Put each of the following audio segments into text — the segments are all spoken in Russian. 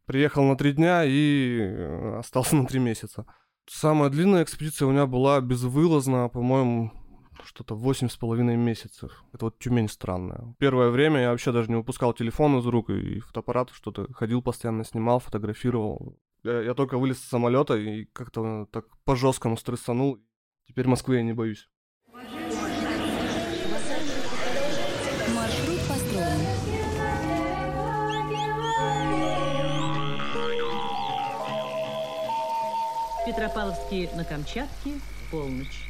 Приехал на 3 дня и остался на 3 месяца. Самая длинная экспедиция у меня была безвылазно, по-моему, что-то 8,5 месяцев. Это вот Тюмень странная. Первое время я вообще даже не выпускал телефон из рук и фотоаппарат, что-то ходил постоянно, снимал, фотографировал. Я только вылез с самолета и как-то так по-жесткому стрессанул. Теперь Москвы я не боюсь. Маршрут построен. Петропавловске на Камчатке, полночь.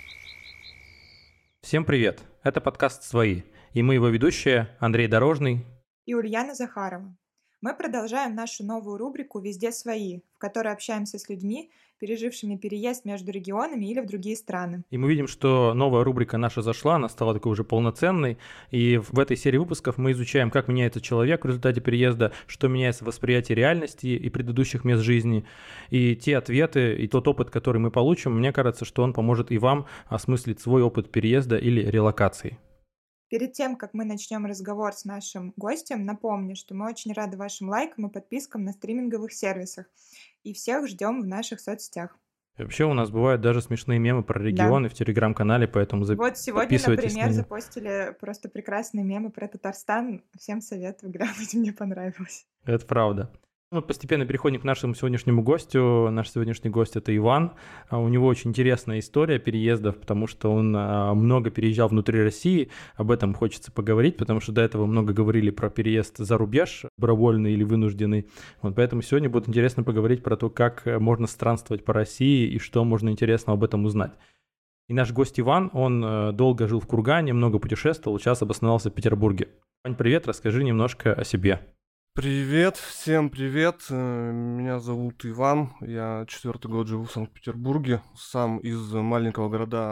Всем привет! Это подкаст «Свои», и мы его ведущие Андрей Дорожный и Ульяна Захарова. Мы продолжаем нашу новую рубрику «Везде свои», в которой общаемся с людьми, пережившими переезд между регионами или в другие страны. И мы видим, что новая рубрика наша зашла, она стала такой уже полноценной, и в этой серии выпусков мы изучаем, как меняется человек в результате переезда, что меняется в восприятии реальности и предыдущих мест жизни, и те ответы, и тот опыт, который мы получим, мне кажется, что он поможет и вам осмыслить свой опыт переезда или релокации. Перед тем, как мы начнем разговор с нашим гостем, напомню, что мы очень рады вашим лайкам и подпискам на стриминговых сервисах. И всех ждем в наших соцсетях. И вообще у нас бывают даже смешные мемы про регионы в телеграм-канале, поэтому Вот сегодня, подписывайтесь например, на него. Запостили просто прекрасные мемы про Татарстан. Всем советую глянуть, мне понравилось. Это правда. Мы постепенно переходим к нашему сегодняшнему гостю. Наш сегодняшний гость – это Иван. У него очень интересная история переездов, потому что он много переезжал внутри России. Об этом хочется поговорить, потому что до этого много говорили про переезд за рубеж, добровольный или вынужденный. Вот поэтому сегодня будет интересно поговорить про то, как можно странствовать по России и что можно интересного об этом узнать. И наш гость Иван, он долго жил в Кургане, много путешествовал, сейчас обосновался в Петербурге. Вань, привет, расскажи немножко о себе. Привет, всем привет. Меня зовут Иван. Я 4-й год живу в Санкт-Петербурге. Сам из маленького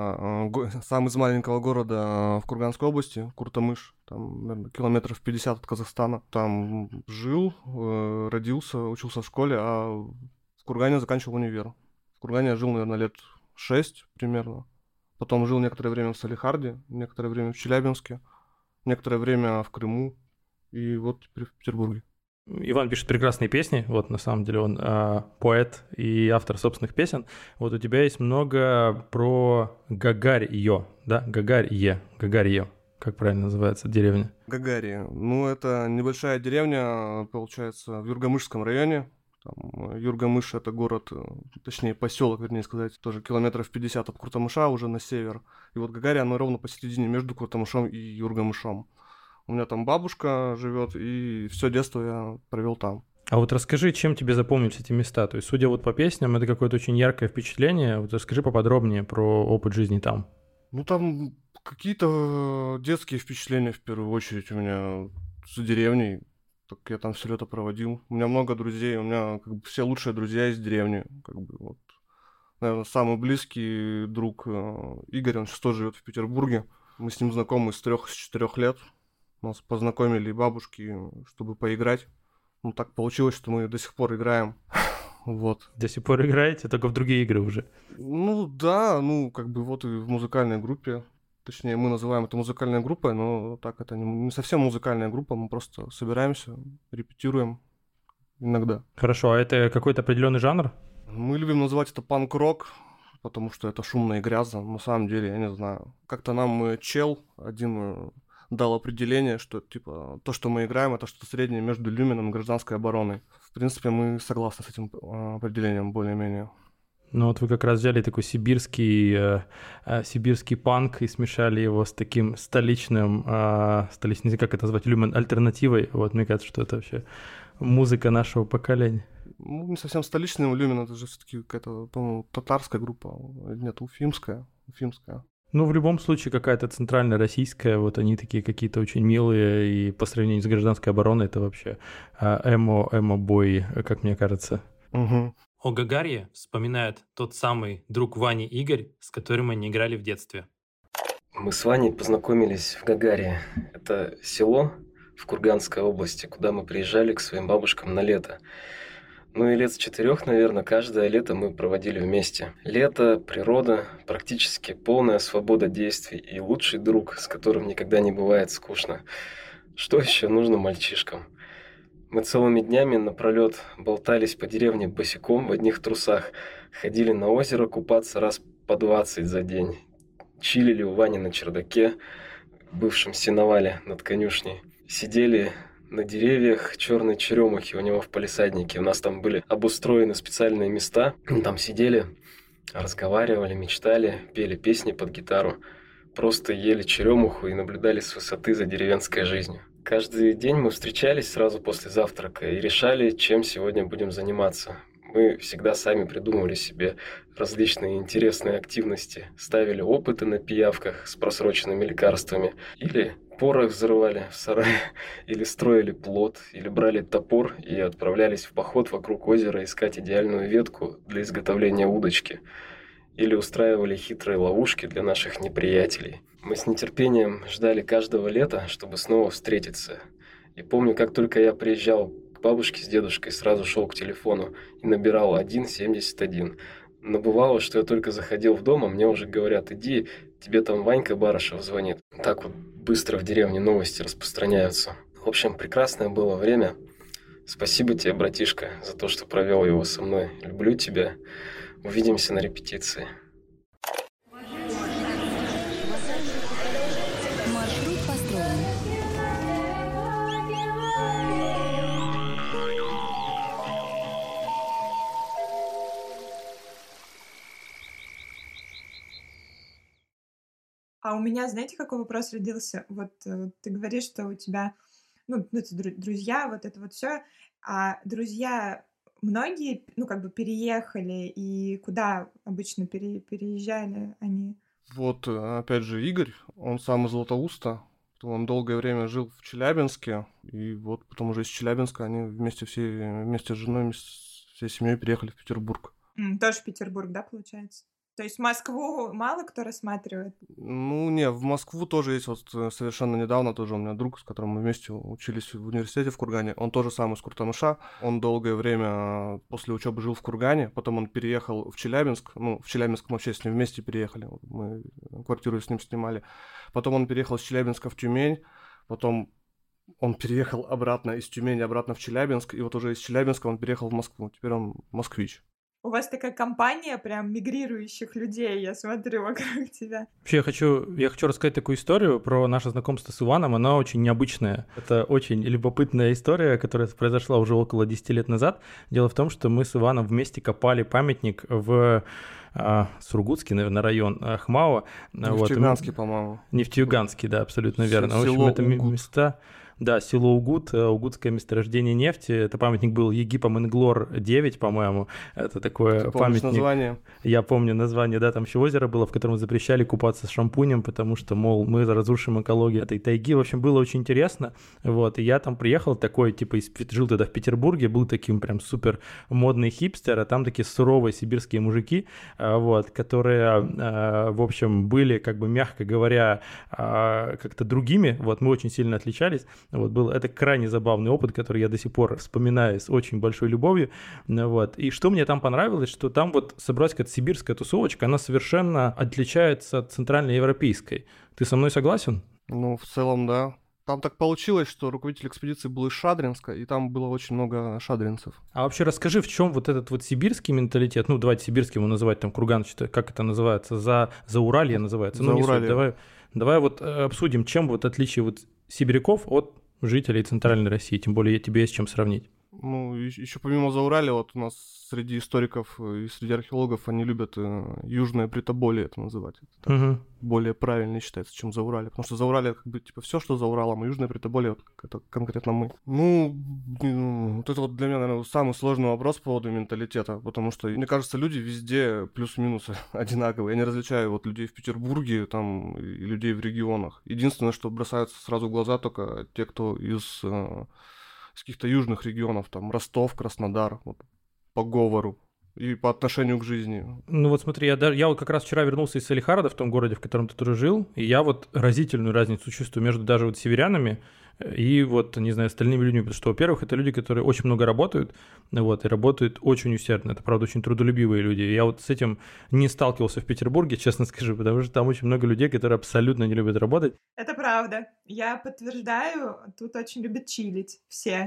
города в Курганской области, Куртамыш. Там, наверное, километров 50 от Казахстана. Там жил, родился, учился в школе, а в Кургане заканчивал универ. В Кургане я жил, наверное, лет 6 примерно. Потом жил некоторое время в Салехарде, некоторое время в Челябинске, некоторое время в Крыму. И вот теперь в Петербурге. Иван пишет прекрасные песни, вот на самом деле он поэт и автор собственных песен. Вот у тебя есть много про Гагарье, да? Гагарье, как правильно называется деревня? Гагария. Ну, это небольшая деревня, получается, в Юргамышском районе. Там, Юргамыш — это город, точнее, поселок, вернее сказать, тоже километров 50 от Куртамыша, уже на север. И вот Гагария, она ровно посередине между Куртамышом и Юргамышом. У меня там бабушка живет, и все детство я провел там. А вот расскажи, чем тебе запомнились эти места? То есть, судя вот по песням, это какое-то очень яркое впечатление. Вот расскажи поподробнее про опыт жизни там. Ну, там какие-то детские впечатления, в первую очередь, у меня с деревней. Так я там все лето проводил. У меня много друзей, у меня как бы все лучшие друзья из деревни. Как бы вот, наверное, самый близкий друг Игорь, он сейчас тоже живет в Петербурге. Мы с ним знакомы с 3-4 лет. Нас познакомили бабушки, чтобы поиграть. Ну, так получилось, что мы до сих пор играем. Вот. До сих пор играете, только в другие игры уже? Ну, да, как бы вот и в музыкальной группе. Точнее, мы называем это музыкальной группой, но так это не совсем музыкальная группа, мы просто собираемся, репетируем иногда. Хорошо, а это какой-то определенный жанр? Мы любим называть это панк-рок, потому что это шумно и грязно. На самом деле, я не знаю. Как-то нам чел один дал определение, что типа то, что мы играем, это что-то среднее между люмином и гражданской обороной. В принципе, мы согласны с этим определением более-менее. Ну вот вы как раз взяли такой сибирский панк и смешали его с таким столичным, не знаю, как это назвать, люмен-альтернативой. Вот мне кажется, что это вообще музыка нашего поколения. Ну, не совсем столичный люмен, это же все-таки какая-то, по-моему, татарская группа. Нет, уфимская. Ну, в любом случае, какая-то центральная российская, вот они такие какие-то очень милые, и по сравнению с гражданской обороной это вообще эмо-бой, как мне кажется. Угу. О Гагарье вспоминает тот самый друг Вани Игорь, с которым они играли в детстве. Мы с Ваней познакомились в Гагарье. Это село в Курганской области, куда мы приезжали к своим бабушкам на лето. Ну и лет с 4, наверное, каждое лето мы проводили вместе. Лето, природа, практически полная свобода действий и лучший друг, с которым никогда не бывает скучно. Что еще нужно мальчишкам? Мы целыми днями напролет болтались по деревне босиком в одних трусах, ходили на озеро купаться раз по 20 за день, чилили у Вани на чердаке, бывшем сеновале над конюшней, сидели на деревьях черной черемухи у него в палисаднике. У нас там были обустроены специальные места, там сидели, разговаривали, мечтали, пели песни под гитару, просто ели черемуху и наблюдали с высоты за деревенской жизнью. Каждый день мы встречались сразу после завтрака и решали, чем сегодня будем заниматься. Мы всегда сами придумывали себе различные интересные активности, ставили опыты на пиявках с просроченными лекарствами, или порох взрывали в сарае, или строили плот, или брали топор и отправлялись в поход вокруг озера искать идеальную ветку для изготовления удочки, или устраивали хитрые ловушки для наших неприятелей. Мы с нетерпением ждали каждого лета, чтобы снова встретиться. И помню, как только я приезжал к бабушке с дедушкой, сразу шел к телефону и набирал 171. Но бывало, что я только заходил в дом, а мне уже говорят: иди, тебе там Ванька Барышев звонит. Так вот быстро в деревне новости распространяются. В общем, прекрасное было время. Спасибо тебе, братишка, за то, что провел его со мной. Люблю тебя. Увидимся на репетиции. Маршрут построен. А у меня, знаете, какой вопрос родился? Вот ты говоришь, что у тебя, ну, это друзья, вот это вот все. А друзья многие, ну, как бы переехали, и куда обычно переезжали они? Вот, опять же, Игорь, он сам из Златоуста, он долгое время жил в Челябинске, и вот потом уже из Челябинска они вместе с женой, всей семьей переехали в Петербург. Тоже в Петербург, да, получается? То есть Москву мало кто рассматривает? Ну, не, в Москву тоже есть, вот совершенно недавно тоже у меня друг, с которым мы вместе учились в университете в Кургане, он тоже сам из Куртамыша, он долгое время после учебы жил в Кургане, потом он переехал в Челябинск, ну, в Челябинск мы вообще с ним вместе переехали, мы квартиру с ним снимали, потом он переехал из Челябинска в Тюмень, потом он переехал обратно из Тюмени обратно в Челябинск, и вот уже из Челябинска он переехал в Москву, теперь он москвич. У вас такая компания прям мигрирующих людей, я смотрю вокруг тебя. Вообще, я хочу рассказать такую историю про наше знакомство с Иваном. Она очень необычная. Это очень любопытная история, которая произошла уже около 10 лет назад. Дело в том, что мы с Иваном вместе копали памятник в Сургутский, наверное, район Хмао. Нефтеюганский, по-моему. Нефтеюганский, да, абсолютно верно. В общем, это места... Да, село Угут, угутское месторождение нефти. Это памятник был Египом Инглор 9, по-моему. Это такое памятник. Название? Я помню название, да, там еще озеро было, в котором запрещали купаться с шампунем, потому что, мол, мы разрушим экологию этой тайги. В общем, было очень интересно. Вот, и я там приехал такой, типа, жил тогда в Петербурге, был таким прям супер модный хипстер, а там такие суровые сибирские мужики, вот, которые, в общем, были, как бы, мягко говоря, как-то другими. Вот, мы очень сильно отличались. Вот, это крайне забавный опыт, который я до сих пор вспоминаю с очень большой любовью. Вот. И что мне там понравилось, что там вот собралась какая-то сибирская тусовочка, она совершенно отличается от центральноевропейской. Ты со мной согласен? Ну, в целом, да. Там так получилось, что руководитель экспедиции был из Шадринска, и там было очень много шадринцев. А вообще расскажи, в чем вот этот вот сибирский менталитет, ну, давайте сибирским его называть, там, Курган, как это называется, Зауралье называется. Зауралье. Давай вот обсудим, чем вот отличие вот сибиряков от жителей Центральной России, тем более тебе есть с чем сравнить. Ну, еще помимо Зауралья, вот у нас среди историков и среди археологов они любят Южное Притоболье это называть. Это так более правильно считается, чем Зауралье. Потому что Зауралье, как бы, типа, все, что за Уралом, а Южное Притоболье, вот, это конкретно мы. Ну, вот это вот для меня, наверное, самый сложный вопрос по поводу менталитета, потому что, мне кажется, люди везде плюс-минус одинаковые. Я не различаю вот людей в Петербурге там и людей в регионах. Единственное, что бросается сразу в глаза, только те, кто из каких-то южных регионов, там, Ростов, Краснодар, вот, по говору и по отношению к жизни. Ну вот смотри, я вот как раз вчера вернулся из Салихарда, в том городе, в котором ты тоже жил, и я вот разительную разницу чувствую между даже вот северянами и вот, не знаю, остальными людьми, потому что, во-первых, это люди, которые очень много работают, вот, и работают очень усердно, это, правда, очень трудолюбивые люди, я вот с этим не сталкивался в Петербурге, честно скажу, потому что там очень много людей, которые абсолютно не любят работать. Это правда, я подтверждаю, тут очень любят чилить все.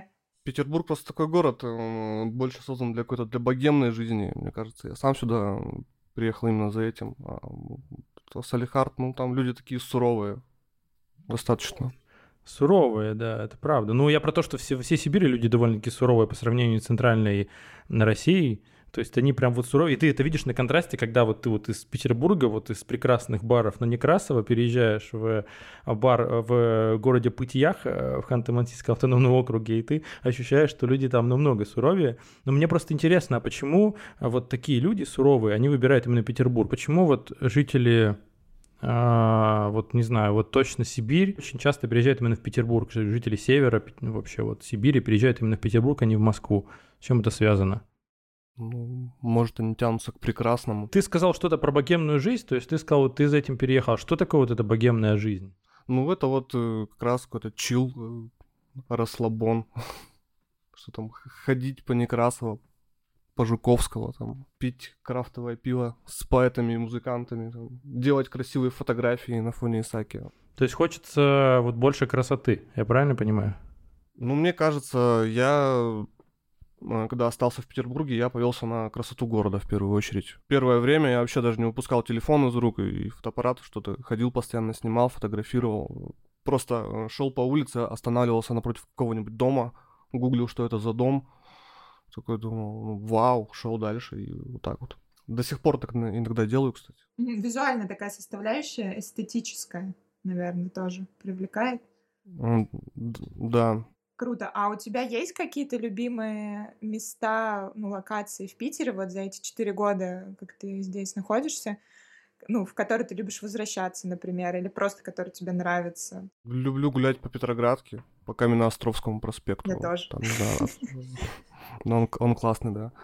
Петербург просто такой город, больше создан для какой-то для богемной жизни, мне кажется. Я сам сюда приехал именно за этим. Салехард, ну там люди такие суровые, достаточно. Суровые, да, это правда. Ну, я про то, что все Сибири люди довольно-таки суровые по сравнению с центральной Россией. То есть они прям вот суровые. И ты это видишь на контрасте, когда вот ты вот из Петербурга, вот из прекрасных баров на Некрасово переезжаешь в бар в городе Пытьях в Ханты-Мансийском автономном округе, и ты ощущаешь, что люди там намного суровее. Но мне просто интересно, а почему вот такие люди суровые, они выбирают именно Петербург? Почему вот жители... вот не знаю, вот точно Сибирь очень часто приезжают именно в Петербург. Жители севера, вообще вот Сибири приезжают именно в Петербург, а не в Москву. С чем это связано? Ну, может, они тянутся к прекрасному. Ты сказал что-то про богемную жизнь, то есть ты сказал, вот ты за этим переехал. Что такое вот эта богемная жизнь? Ну, это вот как раз какой-то чил, расслабон. Что там, ходить по Некрасово, по Жуковского, там, пить крафтовое пиво с поэтами и музыкантами, там, делать красивые фотографии на фоне Исаакиева. То есть хочется вот больше красоты, я правильно понимаю? Ну, мне кажется, я, когда остался в Петербурге, я повелся на красоту города в первую очередь. Первое время я вообще даже не выпускал телефон из рук и фотоаппарат, что-то ходил постоянно, снимал, фотографировал. Просто шел по улице, останавливался напротив какого-нибудь дома, гуглил, что это за дом. Такой думал, ну, вау, шел дальше и вот так вот. До сих пор так иногда делаю, кстати. Визуально такая составляющая, эстетическая, наверное, тоже привлекает. Да. Круто. А у тебя есть какие-то любимые места, ну, локации в Питере вот за эти 4 года, как ты здесь находишься, ну, в которые ты любишь возвращаться, например, или просто которые тебе нравятся? Люблю гулять по Петроградке, по Каменноостровскому проспекту. Я тоже. Там, да, но он классный, да.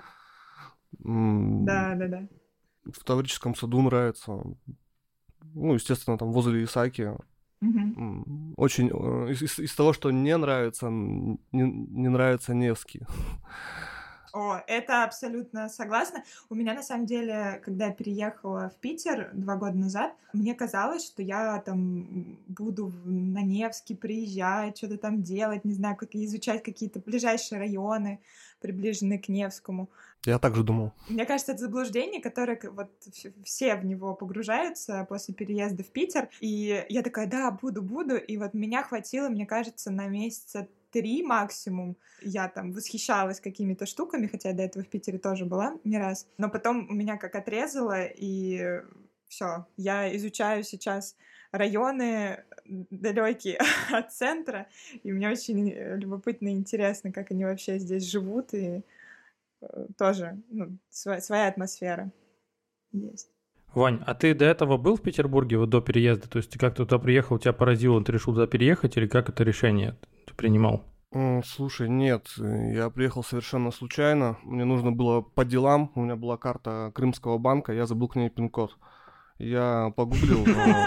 Да. В Таврическом саду нравится. Ну, естественно, там возле Исаакиева. Очень из того, что не нравится, не нравится Невский. О, это абсолютно согласна. У меня, на самом деле, когда я переехала в Питер 2 года назад, мне казалось, что я там буду на Невский приезжать, что-то там делать, не знаю, как изучать какие-то ближайшие районы, приближенные к Невскому. Я так же думал. Мне кажется, это заблуждение, которое вот все в него погружаются после переезда в Питер. И я такая, да, буду. И вот меня хватило, мне кажется, на месяца 3 максимум. Я там восхищалась какими-то штуками, хотя до этого в Питере тоже была не раз. Но потом у меня как отрезало, и все. Я изучаю сейчас районы далекие от центра, и мне очень любопытно и интересно, как они вообще здесь живут, и тоже своя атмосфера есть. Вань, а ты до этого был в Петербурге, вот до переезда? То есть ты как-то туда приехал, тебя поразило, ты решил туда переехать, или как это решение ты принимал? Слушай, нет, я приехал совершенно случайно. Мне нужно было по делам, у меня была карта Крымского банка, я забыл к ней пин-код. Я погуглил,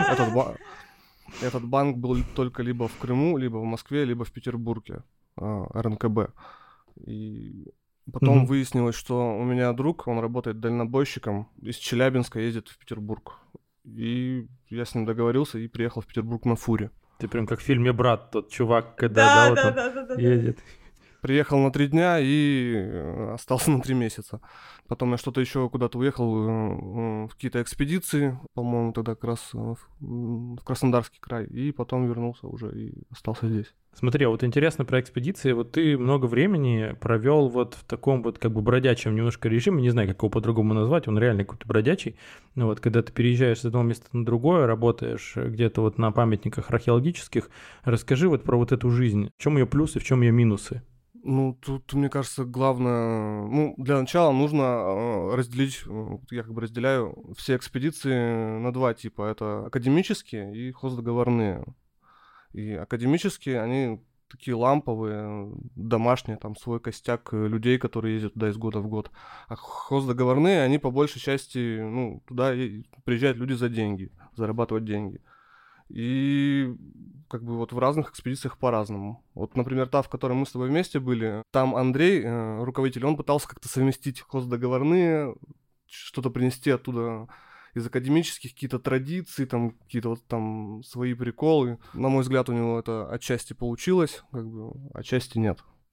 этот банк был только либо в Крыму, либо в Москве, либо в Петербурге, РНКБ. И потом выяснилось, что у меня друг, он работает дальнобойщиком, из Челябинска ездит в Петербург. И я с ним договорился и приехал в Петербург на фуре. Ты прям как в фильме «Брат», тот чувак, когда едет. Приехал на 3 дня и остался на 3 месяца. Потом я что-то еще куда-то уехал в какие-то экспедиции, по-моему, тогда как раз в Краснодарский край, и потом вернулся уже и остался здесь. Смотри, вот интересно про экспедиции. Вот ты много времени провел вот в таком вот как бы бродячем немножко режиме, не знаю, как его по-другому назвать, он реально какой-то бродячий. Ну вот, когда ты переезжаешь с одного места на другое, работаешь где-то вот на памятниках археологических, расскажи вот про вот эту жизнь. В чем ее плюсы, в чем ее минусы? Ну, тут, мне кажется, главное... Ну, для начала нужно разделить, я как бы разделяю все экспедиции на 2 типа. Это академические и хоздоговорные. И академические, они такие ламповые, домашние, там свой костяк людей, которые ездят туда из года в год. А хоздоговорные, они по большей части, ну, туда приезжают люди за деньги, зарабатывать деньги. И как бы вот в разных экспедициях по-разному. Вот, например, та, в которой мы с тобой вместе были, там Андрей, руководитель, он пытался как-то совместить хоздоговорные, что-то принести оттуда из академических, какие-то традиции, там какие-то вот там свои приколы. На мой взгляд, у него это отчасти получилось, как бы, отчасти нет.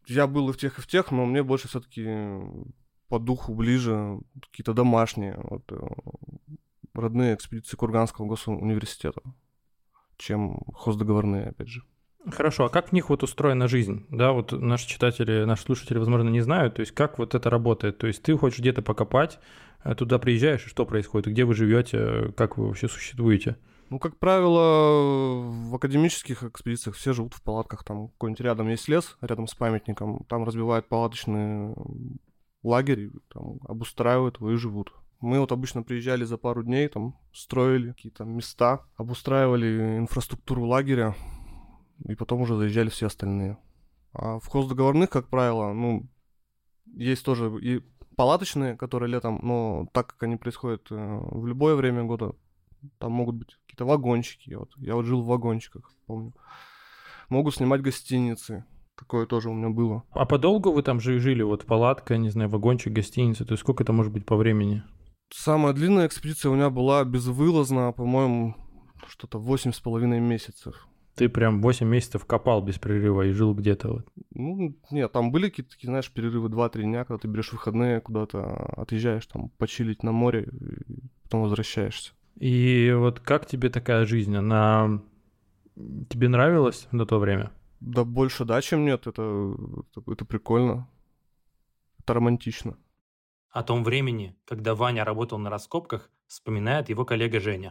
я был и в тех, но мне больше все-таки по духу ближе какие-то домашние, вот, родные экспедиции Курганского госуниверситета, чем хоздоговорные, опять же. Хорошо, а как в них вот устроена жизнь? Да, вот наши читатели, наши слушатели, возможно, не знают, то есть как вот это работает? То есть ты хочешь где-то покопать, туда приезжаешь, и что происходит? Где вы живете? Как вы вообще существуете? Ну, как правило, в академических экспедициях все живут в палатках. Там какой-нибудь рядом есть лес, рядом с памятником. Там разбивают палаточный лагерь, там обустраивают его и живут. Мы вот обычно приезжали за пару дней, там строили какие-то места, обустраивали инфраструктуру лагеря, и потом уже заезжали все остальные. А в хоздоговорных, как правило, ну, есть тоже и палаточные, которые летом, но так как они происходят в любое время года, там могут быть какие-то вагончики. Я вот жил в вагончиках, помню. Могут снимать гостиницы. Такое тоже у меня было. А подолгу вы там же жили? Вот палатка, не знаю, вагончик, гостиница. То есть сколько это может быть по времени? Самая длинная экспедиция у меня была безвылазно, по-моему, что-то 8,5 месяцев. Ты прям 8 месяцев копал без прерыва и жил где-то вот? Ну, нет, там были какие-то такие, знаешь, перерывы 2-3 дня, когда ты берешь выходные, куда-то отъезжаешь, там, почилить на море, и потом возвращаешься. И вот как тебе такая жизнь? Она тебе нравилась на то время? Да больше да, чем нет. Это прикольно. Это романтично. О том времени, когда Ваня работал на раскопках, вспоминает его коллега Женя.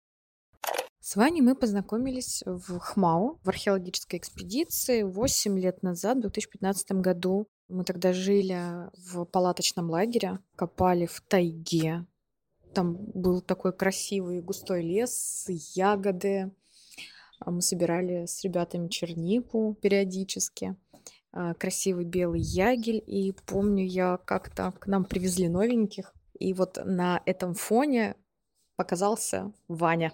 С Ваней мы познакомились в ХМАУ, в археологической экспедиции 8 лет назад, в 2015 году. Мы тогда жили в палаточном лагере, копали в тайге. Там был такой красивый густой лес, ягоды. Мы собирали с ребятами чернику периодически. Красивый белый ягель. И помню, я как-то к нам привезли новеньких. И вот на этом фоне показался Ваня.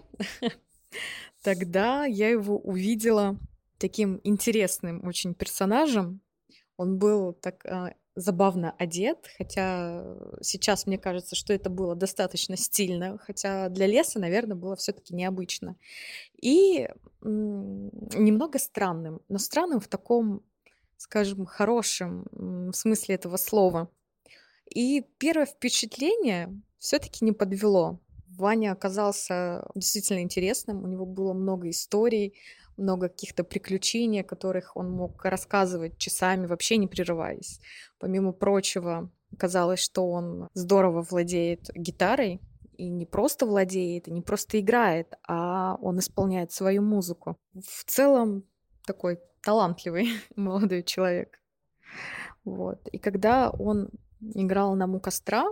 Тогда я его увидела таким интересным очень персонажем. Он был так забавно одет, хотя сейчас мне кажется, что это было достаточно стильно, хотя для леса, наверное, было все-таки необычно. И немного странным, но странным в таком, скажем, хорошем смысле этого слова. И первое впечатление все-таки не подвело. Ваня оказался действительно интересным, у него было много историй, много каких-то приключений, о которых он мог рассказывать часами, вообще не прерываясь. Помимо прочего, казалось, что он здорово владеет гитарой, и не просто владеет, и не просто играет, а он исполняет свою музыку. В целом такой талантливый молодой человек. Вот. И когда он играл нам у костра,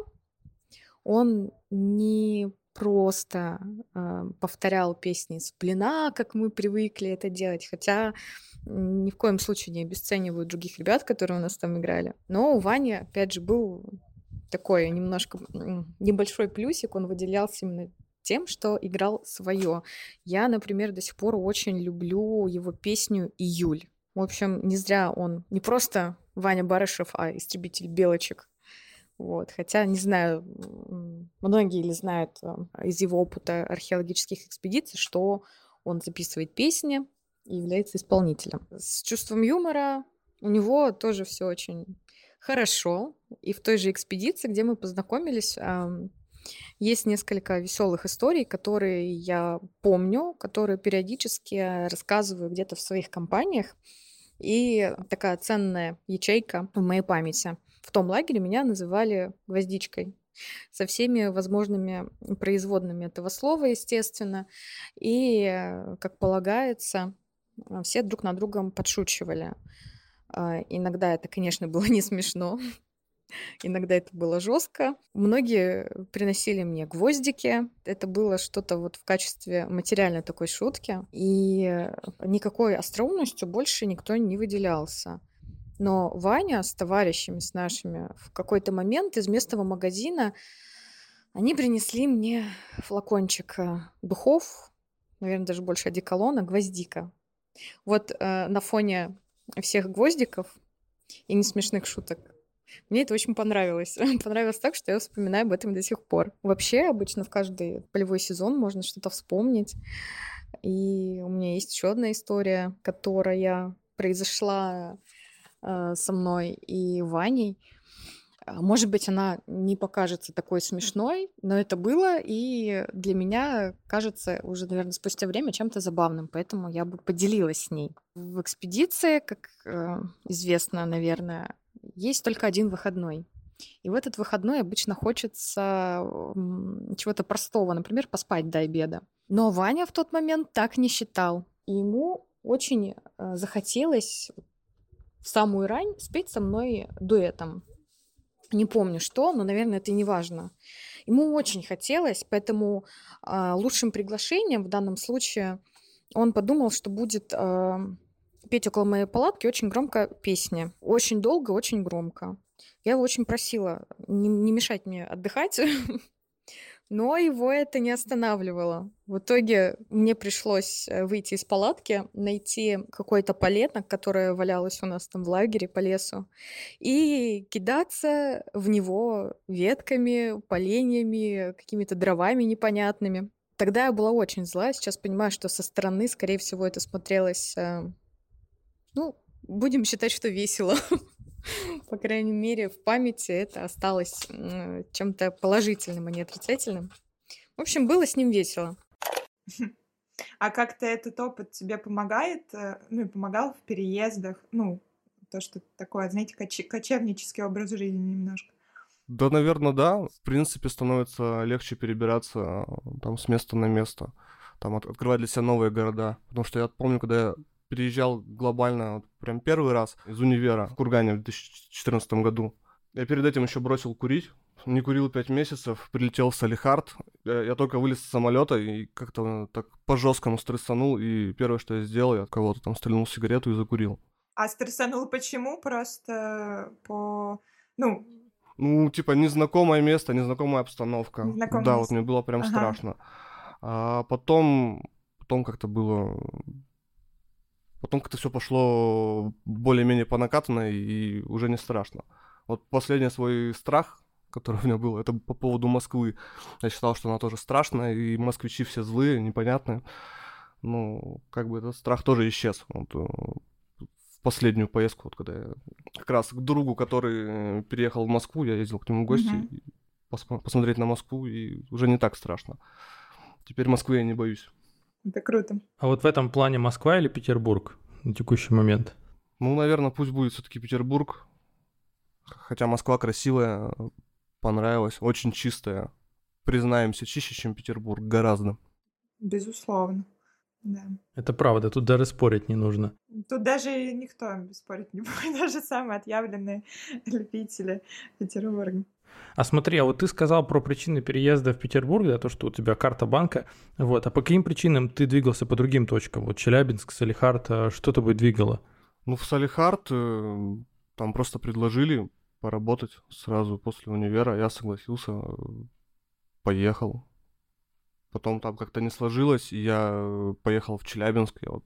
он не просто повторял песни с блина, как мы привыкли это делать, хотя ни в коем случае не обесцениваю других ребят, которые у нас там играли. Но у Вани, опять же, был такой немножко небольшой плюсик, он выделялся именно тем, что играл свое. Я, например, до сих пор очень люблю его песню «Июль». В общем, не зря он не просто Ваня Барышев, а истребитель белочек. Вот. Хотя, не знаю, многие ли знают из его опыта археологических экспедиций, что он записывает песни и является исполнителем. С чувством юмора у него тоже все очень хорошо. И в той же экспедиции, где мы познакомились, есть несколько веселых историй, которые я помню, которые периодически рассказываю где-то в своих компаниях. И такая ценная ячейка в моей памяти. В том лагере меня называли гвоздичкой со всеми возможными производными этого слова, естественно. И, как полагается, все друг над другом подшучивали. Иногда это, конечно, было не смешно, иногда это было жестко. Многие приносили мне гвоздики. Это было что-то вот в качестве материальной такой шутки. И никакой остроумностью больше никто не выделялся. Но Ваня с товарищами, с нашими, в какой-то момент из местного магазина они принесли мне флакончик духов, наверное, даже больше одеколона, гвоздика. Вот на фоне всех гвоздиков и несмешных шуток мне это очень понравилось. Понравилось так, что я вспоминаю об этом до сих пор. Вообще, обычно в каждый полевой сезон можно что-то вспомнить. И у меня есть еще одна история, которая произошла со мной и Ваней. Может быть, она не покажется такой смешной, но это было, и для меня кажется уже, наверное, спустя время чем-то забавным, поэтому я бы поделилась с ней. В экспедиции, как известно, наверное, есть только один выходной. И в этот выходной обычно хочется чего-то простого, например, поспать до обеда. Но Ваня в тот момент так не считал. И ему очень захотелось в самую рань спеть со мной дуэтом. Не помню что, но, наверное, это и не важно. Ему очень хотелось, поэтому лучшим приглашением в данном случае он подумал, что будет петь около моей палатки очень громко песни. Очень долго, очень громко. Я его очень просила не мешать мне отдыхать, но его это не останавливало. В итоге мне пришлось выйти из палатки, найти какое-то полено, которое валялось у нас там в лагере по лесу, и кидаться в него ветками, поленьями, какими-то дровами непонятными. Тогда я была очень зла, сейчас понимаю, что со стороны, скорее всего, это смотрелось, будем считать, что весело. По крайней мере, в памяти это осталось чем-то положительным, а не отрицательным. В общем, было с ним весело. А как-то этот опыт тебе помогает, и помогал в переездах? То, что такое, знаете, кочевнический образ жизни немножко. Да, наверное, да. В принципе, становится легче перебираться там с места на место, там открывать для себя новые города. Потому что я помню, когда я переезжал глобально прям первый раз из универа в Кургане в 2014 году. Я перед этим еще бросил курить. Не курил 5 месяцев, прилетел в Салехард. Я только вылез с самолета и как-то так по-жесткому стрессанул. И первое, что я сделал, я от кого-то там стрельнул сигарету и закурил. А стрессанул почему? Просто незнакомое место, незнакомая обстановка. Незнакомое да, место. вот мне было прям страшно. А потом как-то было... Потом как-то все пошло более-менее по накатанной, и уже не страшно. Вот последний свой страх, который у меня был, это по поводу Москвы. Я считал, что она тоже страшная, и москвичи все злые, непонятные. Этот страх тоже исчез. В последнюю поездку, когда я как раз к другу, который переехал в Москву, я ездил к нему в гости, посмотреть на Москву, и уже не так страшно. Теперь Москвы я не боюсь. Это круто. А вот в этом плане Москва или Петербург на текущий момент? Наверное, пусть будет все-таки Петербург. Хотя Москва красивая, понравилась, очень чистая. Признаемся, чище, чем Петербург, гораздо. Безусловно, да. Это правда, тут даже спорить не нужно. Тут даже никто спорить не будет, даже самые отъявленные любители Петербурга. А смотри, а вот ты сказал про причины переезда в Петербург, да, то, что у тебя карта банка, а по каким причинам ты двигался по другим точкам? Вот Челябинск, Салехард, что тобой двигало? В Салехард там просто предложили поработать сразу после универа, я согласился, поехал. Потом там как-то не сложилось, и я поехал в Челябинск, я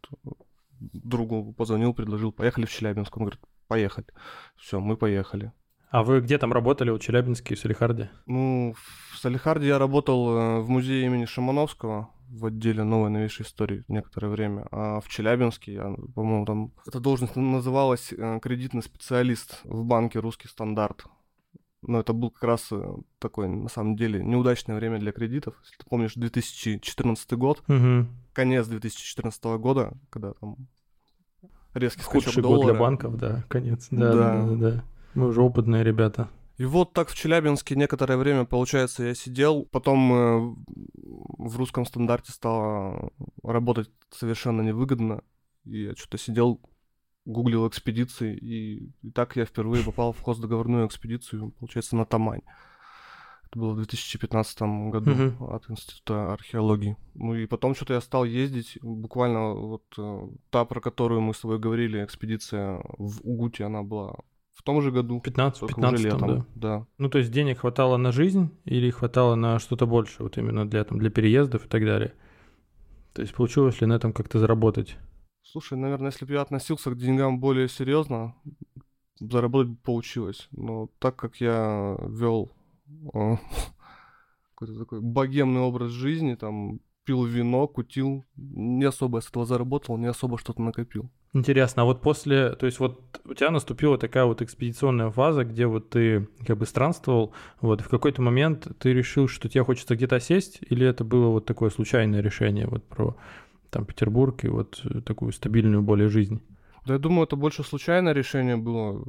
другу позвонил, предложил, поехали в Челябинск, он говорит, поехали. Все, мы поехали. А вы где там работали, в Челябинске и Салехарде? В Салехарде я работал в музее имени Шимановского в отделе новой новейшей истории некоторое время. А в Челябинске, по-моему, там эта должность называлась кредитный специалист в банке «Русский стандарт». Это был как раз такой, на самом деле, неудачное время для кредитов. Если ты помнишь, 2014 год, конец 2014 года, когда там резкий скачок доллара. Худший год для банков, да, конец. Да. Мы уже опытные ребята. И вот так в Челябинске некоторое время, получается, я сидел. Потом в «Русском стандарте» стало работать совершенно невыгодно. И я что-то сидел, гуглил экспедиции. И так я впервые попал в хоздоговорную экспедицию, получается, на Тамань. Это было в 2015 году от Института археологии. И потом что-то я стал ездить. Буквально та, про которую мы с тобой говорили, экспедиция в Угуте, она была... В том же году. 15-м, да. То есть денег хватало на жизнь или хватало на что-то больше, вот именно для переездов и так далее? То есть получилось ли на этом как-то заработать? Слушай, наверное, если бы я относился к деньгам более серьезно, заработать получилось. Но так как я вел какой-то такой богемный образ жизни, там пил вино, кутил, не особо с этого заработал, не особо что-то накопил. Интересно, а вот после, то есть вот у тебя наступила такая вот экспедиционная фаза, где вот ты как бы странствовал, вот, и в какой-то момент ты решил, что тебе хочется где-то сесть, или это было вот такое случайное решение вот про там Петербург и вот такую стабильную более жизнь? Да, я думаю, это больше случайное решение было.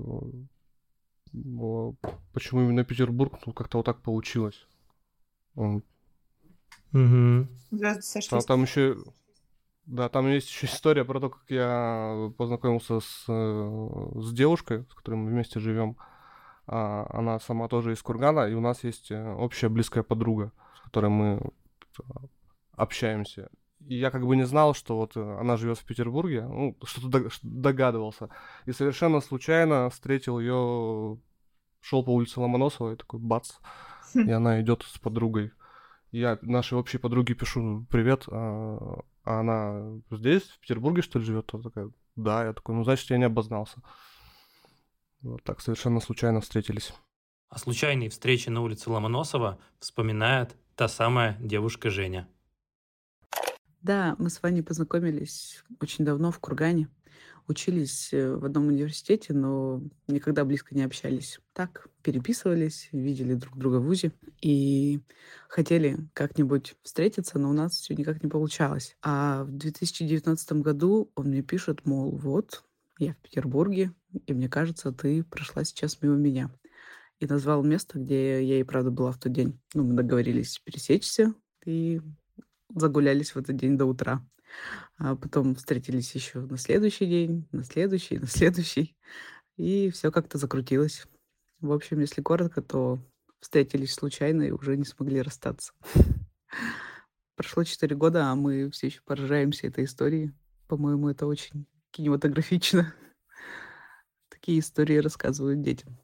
Почему именно Петербург? Ну, как-то вот так получилось. Угу. Звезды сошлись. Там еще... Да, там есть еще история про то, как я познакомился с девушкой, с которой мы вместе живем. Она сама тоже из Кургана, и у нас есть общая близкая подруга, с которой мы общаемся. И я как бы не знал, что вот она живет в Петербурге, ну, что-то догадывался. И совершенно случайно встретил ее, шел по улице Ломоносова, и такой бац, и она идет с подругой. Я нашей общей подруге пишу: привет, а она здесь, в Петербурге, что ли, живет? Она такая: да. Я такой: ну, значит, я не обознался. Вот так совершенно случайно встретились. О случайной встрече на улице Ломоносова вспоминает та самая девушка Женя. Да, мы с Ваней познакомились очень давно в Кургане. Учились в одном университете, но никогда близко не общались. Так, переписывались, видели друг друга в ВУЗе и хотели как-нибудь встретиться, но у нас все никак не получалось. А в 2019 году он мне пишет, мол, вот, я в Петербурге, и мне кажется, ты прошла сейчас мимо меня. И назвал место, где я и правда была в тот день. Ну, мы договорились пересечься и загулялись в этот день до утра. А потом встретились еще на следующий день, на следующий. И все как-то закрутилось. В общем, если коротко, то встретились случайно и уже не смогли расстаться. Прошло 4 года, а мы все еще поражаемся этой историей. По-моему, это очень кинематографично. Такие истории рассказывают детям.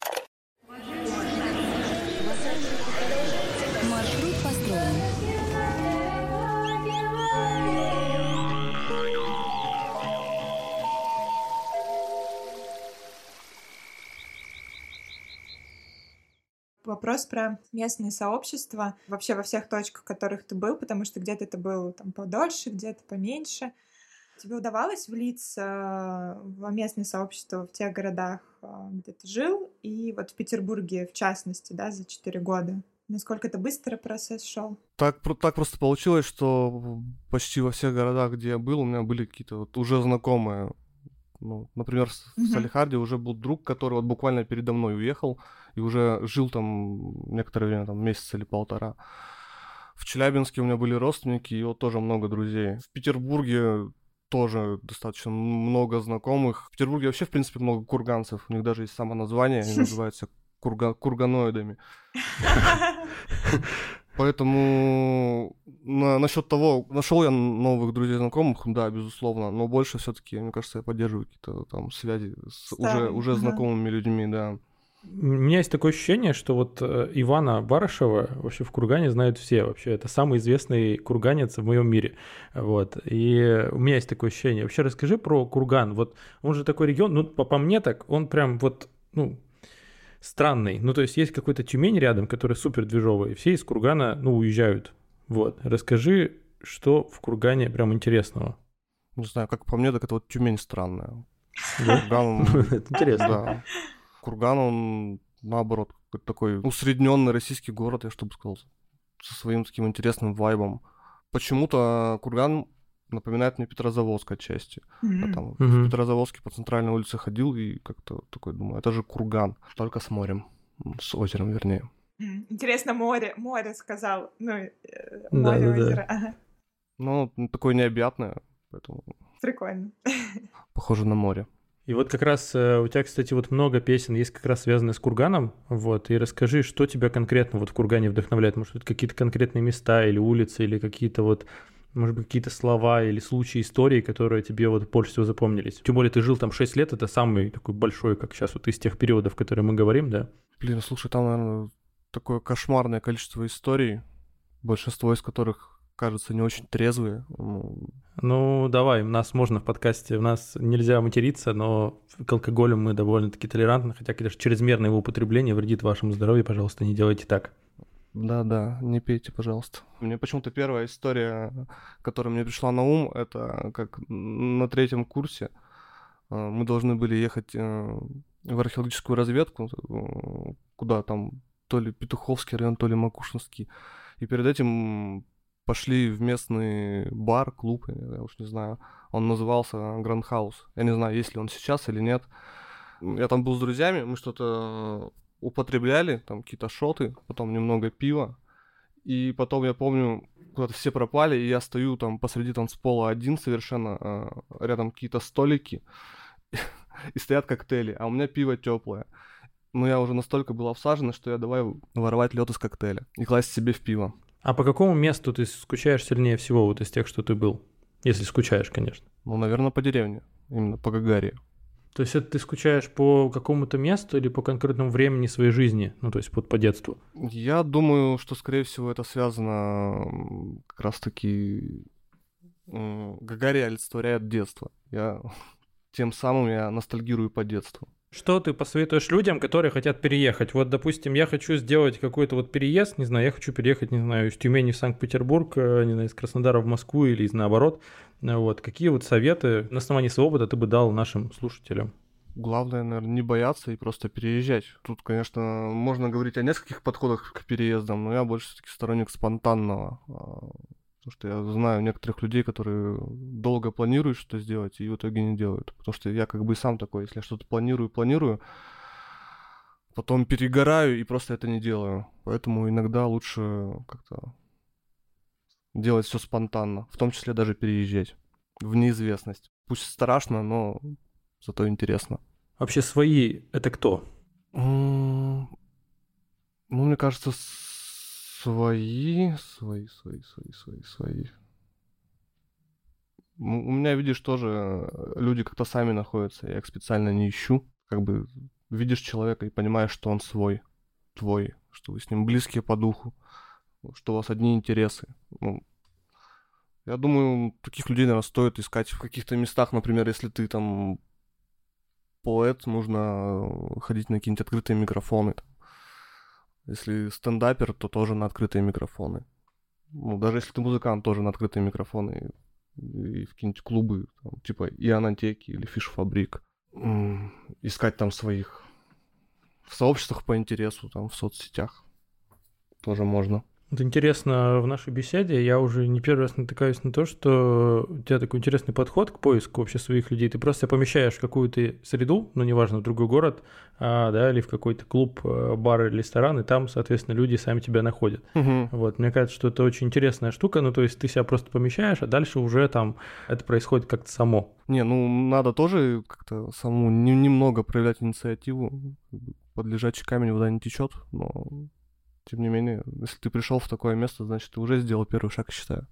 Маршрут построен. Вопрос про местные сообщества вообще во всех точках, в которых ты был, потому что где-то ты был там подольше, где-то поменьше. Тебе удавалось влиться во местные сообщества в тех городах, где ты жил, и вот в Петербурге, в частности, да, за 4 года? Насколько это быстро процесс шел? Так просто получилось, что почти во всех городах, где я был, у меня были какие-то вот уже знакомые. Ну, например, в Салехарде уже был друг, который вот буквально передо мной уехал и уже жил там некоторое время, там месяц или полтора. В Челябинске у меня были родственники, и вот тоже много друзей. В Петербурге тоже достаточно много знакомых. В Петербурге вообще, в принципе, много курганцев. У них даже есть само название, они называются курганоидами. Поэтому насчет того, нашел я новых друзей, знакомых, да, безусловно, но больше все-таки, мне кажется, я поддерживаю какие-то там связи с уже знакомыми людьми, да. У меня есть такое ощущение, что вот Ивана Барышева вообще в Кургане знают все. Вообще, это самый известный курганец в моем мире. Вот. И у меня есть такое ощущение. Вообще, расскажи про Курган. Вот он же такой регион, ну, по мне так, он прям вот, ну, странный. Ну, то есть какой-то Тюмень рядом, который супер движовый. Все из Кургана, ну, уезжают. Вот. Расскажи, что в Кургане прям интересного. Не знаю, как по мне, так это вот Тюмень странная. Курган, это интересно. Да. Курган, он, наоборот, какой-то такой усредненный российский город, я что бы сказал, со своим таким интересным вайбом. Почему-то Курган напоминает мне Петрозаводск отчасти. Я там в Петрозаводске по центральной улице ходил и как-то такой думаю, это же Курган, только с морем, с озером, вернее. Интересно, море сказал. Ну, море, озеро. Ага. Ну, такое необъятное, поэтому... Прикольно. Похоже на море. И вот как раз у тебя, кстати, вот много песен есть как раз связанные с Курганом, вот, и расскажи, что тебя конкретно вот в Кургане вдохновляет, может, это какие-то конкретные места или улицы, или какие-то вот, может быть, какие-то слова или случаи, истории, которые тебе вот больше всего запомнились. Тем более ты жил там 6 лет, это самый такой большой, как сейчас вот из тех периодов, о которых мы говорим, да? Блин, слушай, там, наверное, такое кошмарное количество историй, большинство из которых кажется не очень трезвые. Ну, давай, у нас можно в подкасте, у нас нельзя материться, но к алкоголю мы довольно-таки толерантны, хотя, конечно, чрезмерное его употребление вредит вашему здоровью, пожалуйста, не делайте так. Да-да, не пейте, пожалуйста. Мне почему-то первая история, которая мне пришла на ум, это как на 3 курсе мы должны были ехать в археологическую разведку, куда там то ли Петуховский район, то ли Макушинский. И перед этим пошли в местный бар, клуб, я уж не знаю. Он назывался Гранд Хаус. Я не знаю, есть ли он сейчас или нет. Я там был с друзьями, мы что-то употребляли, там какие-то шоты, потом немного пива. И потом, я помню, куда-то все пропали, и я стою там посреди танцпола один совершенно, рядом какие-то столики, и стоят коктейли, а у меня пиво теплое. Но я уже настолько был обсажен, что я давай воровать лед из коктейля и класть себе в пиво. А по какому месту ты скучаешь сильнее всего вот из тех, что ты был? Если скучаешь, конечно. Ну, наверное, по деревне, именно по Гагарии. То есть это ты скучаешь по какому-то месту или по конкретному времени своей жизни? Ну, то есть вот по детству? Я думаю, что, скорее всего, это связано как раз-таки... Гагария олицетворяет детство. Тем самым я ностальгирую по детству. Что ты посоветуешь людям, которые хотят переехать? Вот, допустим, я хочу сделать какой-то вот переезд, не знаю, я хочу переехать, не знаю, из Тюмени в Санкт-Петербург, не знаю, из Краснодара в Москву или из наоборот. Вот, какие вот советы на основании своего опыта ты бы дал нашим слушателям? Главное, наверное, не бояться и просто переезжать. Тут, конечно, можно говорить о нескольких подходах к переездам, но я больше все-таки сторонник спонтанного. Потому что я знаю некоторых людей, которые долго планируют что-то сделать и в итоге не делают. Потому что я как бы и сам такой, если я что-то планирую, потом перегораю и просто это не делаю. Поэтому иногда лучше как-то делать все спонтанно, в том числе даже переезжать в неизвестность. Пусть страшно, но зато интересно. Вообще свои — это кто? Ну, мне кажется, свои. У меня, видишь, тоже люди как-то сами находятся, я их специально не ищу. Как бы видишь человека и понимаешь, что он свой, твой, что вы с ним близкие по духу, что у вас одни интересы. Я думаю, таких людей, наверное, стоит искать в каких-то местах. Например, если ты там поэт, нужно ходить на какие-нибудь открытые микрофоны. Если стендапер, то тоже на открытые микрофоны. Ну, даже если ты музыкант, тоже на открытые микрофоны. И в какие-нибудь клубы, там, типа Ионотеки или Фиш-фабрик. Искать там своих в сообществах по интересу, там, в соцсетях. Тоже можно. Вот интересно, в нашей беседе я уже не первый раз натыкаюсь на то, что у тебя такой интересный подход к поиску вообще своих людей. Ты просто помещаешь в какую-то среду, ну, неважно, в другой город, да, или в какой-то клуб, бар или ресторан, и там, соответственно, люди сами тебя находят. Вот, мне кажется, что это очень интересная штука, ну, то есть ты себя просто помещаешь, а дальше уже там это происходит как-то само. Не, ну, надо тоже как-то самому немного проявлять инициативу. Под лежачий камень вода не течет, но... Тем не менее, если ты пришел в такое место, значит, ты уже сделал первый шаг, считаю.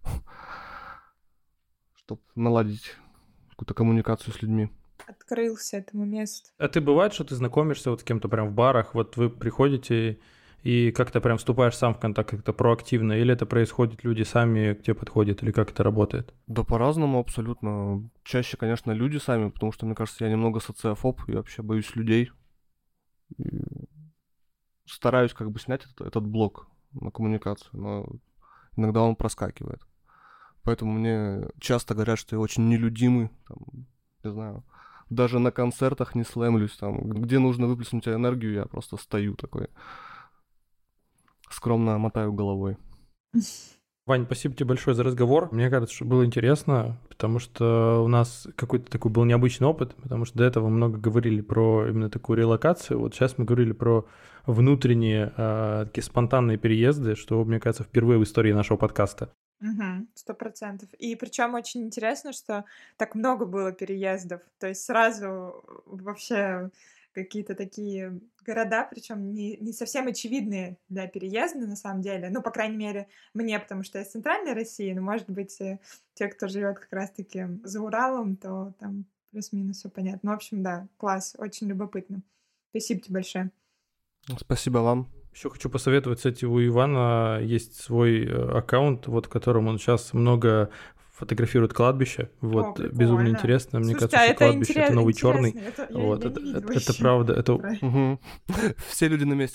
Чтобы наладить какую-то коммуникацию с людьми. Открылся этому месту. А ты бывает, что ты знакомишься вот с кем-то прям в барах, вот вы приходите и как-то прям вступаешь сам в контакт как-то проактивно, или это происходит, люди сами к тебе подходят, или как это работает? Да по-разному абсолютно. Чаще, конечно, люди сами, потому что, мне кажется, я немного социофоб и вообще боюсь людей. И... стараюсь как бы снять этот блок на коммуникацию, но иногда он проскакивает. Поэтому мне часто говорят, что я очень нелюдимый, там, не знаю, даже на концертах не слэмлюсь, там, где нужно выплеснуть энергию, я просто стою такой, скромно мотаю головой. Вань, спасибо тебе большое за разговор. Мне кажется, что было интересно, потому что у нас какой-то такой был необычный опыт, потому что до этого много говорили про именно такую релокацию. Вот сейчас мы говорили про внутренние такие спонтанные переезды, что, мне кажется, впервые в истории нашего подкаста. 100%. И причем очень интересно, что так много было переездов. То есть сразу вообще какие-то такие города, причем не совсем очевидные для переезда, на самом деле. Ну, по крайней мере, мне, потому что я из центральной России, но, может быть, те, кто живет как раз-таки за Уралом, то там плюс-минус все понятно. Ну, в общем, да, класс, очень любопытно. Спасибо тебе большое. Спасибо вам. Еще хочу посоветовать, кстати, у Ивана есть свой аккаунт, вот в котором он сейчас много фотографирует кладбище. Вот, безумно интересно. Мне кажется, что кладбище — это новый черный. Вот, это правда. Это... Все люди на месте, да.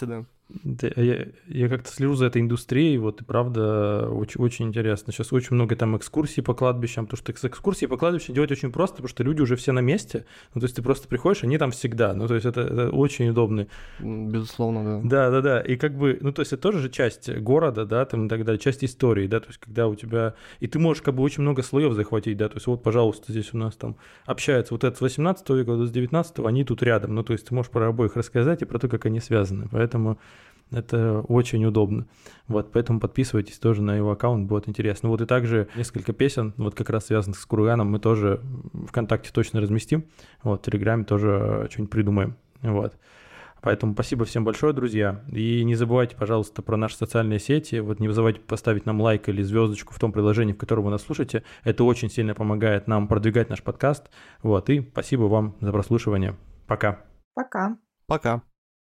Я как-то слежу за этой индустрией, вот, и правда, очень, очень интересно. Сейчас очень много там экскурсий по кладбищам, потому что экскурсии по кладбищам делать очень просто, потому что люди уже все на месте, ну, то есть ты просто приходишь, они там всегда, ну, то есть это очень удобно. Безусловно, да. Да, и как бы, ну, то есть это тоже же часть города, да, там и так далее, часть истории, да, то есть когда у тебя, и ты можешь как бы очень много слоев захватить, да, то есть вот, пожалуйста, здесь у нас там общаются вот это с 18 века, вот с 19, они тут рядом, ну, то есть ты можешь про обоих рассказать и про то, как они связаны, поэтому это очень удобно. Вот, поэтому подписывайтесь тоже на его аккаунт, будет интересно. Вот и также несколько песен, вот как раз связанных с Курганом, мы тоже ВКонтакте точно разместим. Вот, в Телеграме тоже что-нибудь придумаем. Вот. Поэтому спасибо всем большое, друзья. И не забывайте, пожалуйста, про наши социальные сети. Вот не забывайте поставить нам лайк или звездочку в том приложении, в котором вы нас слушаете. Это очень сильно помогает нам продвигать наш подкаст. Вот, и спасибо вам за прослушивание. Пока. Пока. Пока.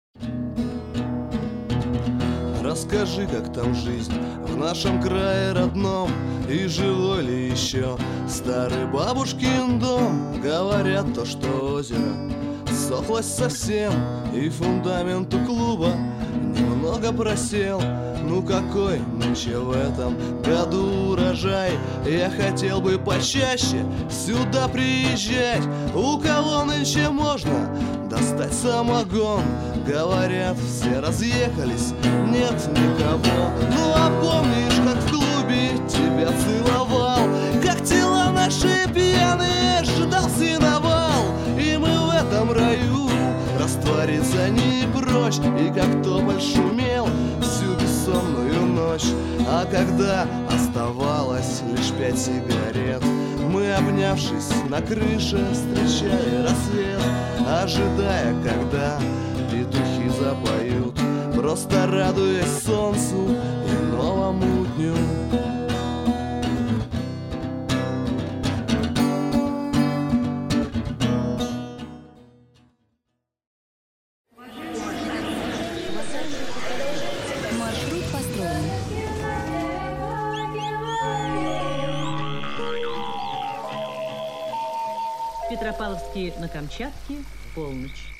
Расскажи, как там жизнь в нашем крае родном, и живой ли еще старый бабушкин дом. Говорят то, что озеро ссохлось совсем, и фундамент у клуба немного просел. Ну какой нынче в этом году урожай? Я хотел бы почаще сюда приезжать. У кого нынче можно достать самогон? Говорят, все разъехались, нет никого. Ну а помнишь, как в клубе тебя целовал, как тела наши пьяные ждал сеновал? И мы в этом раю раствориться не прочь. И как тополь шумел всю бессонную ночь. А когда оставалось лишь 5 сигарет, мы, обнявшись на крыше, встречали рассвет, ожидая, когда петухи запоют, просто радуясь солнцу и новому дню. Маршрут построен. Петропавловске на Камчатке, полночь.